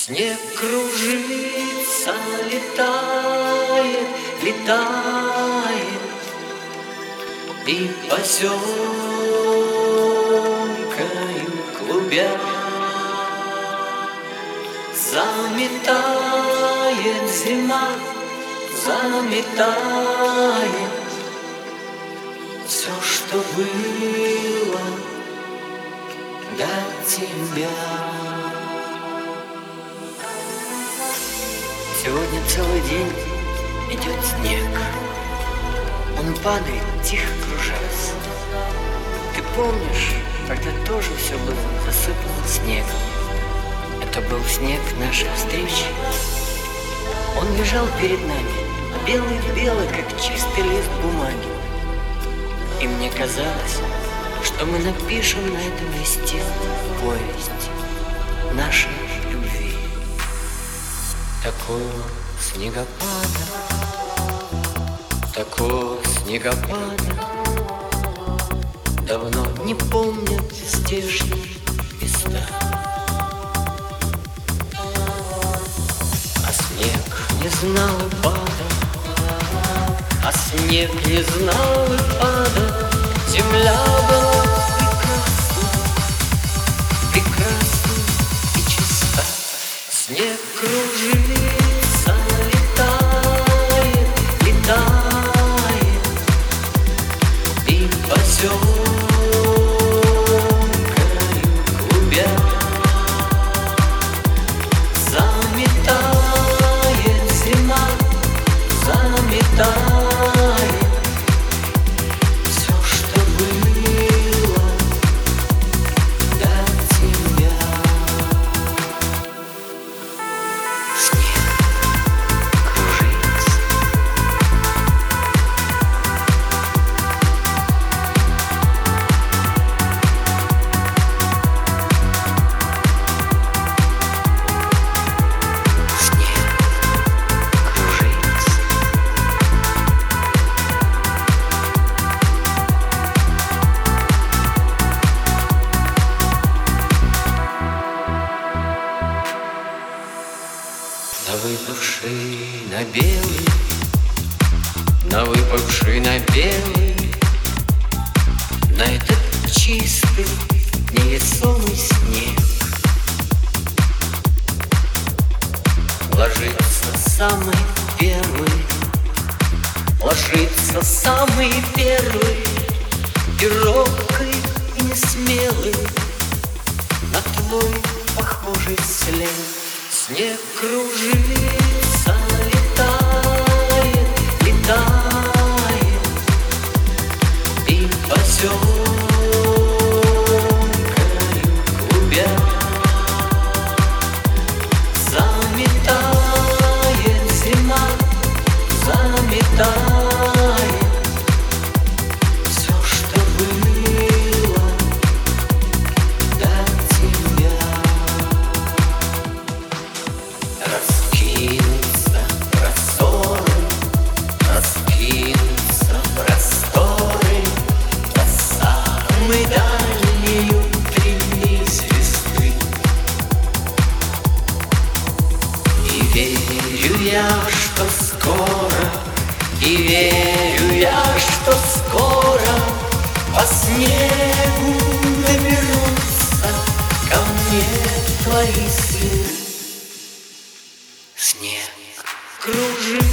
Снег кружится, летает, летает, и поселкою клубя заметает зима, заметает все, что было до тебя. Сегодня целый день идет снег. Он падает, тихо кружась. Ты помнишь, когда тоже все было засыпано снегом? Это был снег нашей встречи. Он лежал перед нами, белый-белый, как чистый лист бумаги. И мне казалось, что мы напишем на этом листе повесть нашей любви. Такого снегопада давно не помнят здешние места. А снег не знал и пада, а снег не знал и пада. Земля была прекрасна и чиста. Снег кружится, летает, летает, и поселкою клубя заметает зима, заметает все, что было до тебя. Снег кружится. Снег кружится. На выпавший на белый, на этот чистый, невесомый снег ложится самый первый и робкий, и несмелый на твой похожий след. Снег кружится, летает, летает, и поселкою клубя заметает зима, заметает все, что было до тебя. Раскинутся просторы до самой дальней утренней звезды. И верю я, что скоро по снегу доберутся ко мне твои сны. Снег кружится.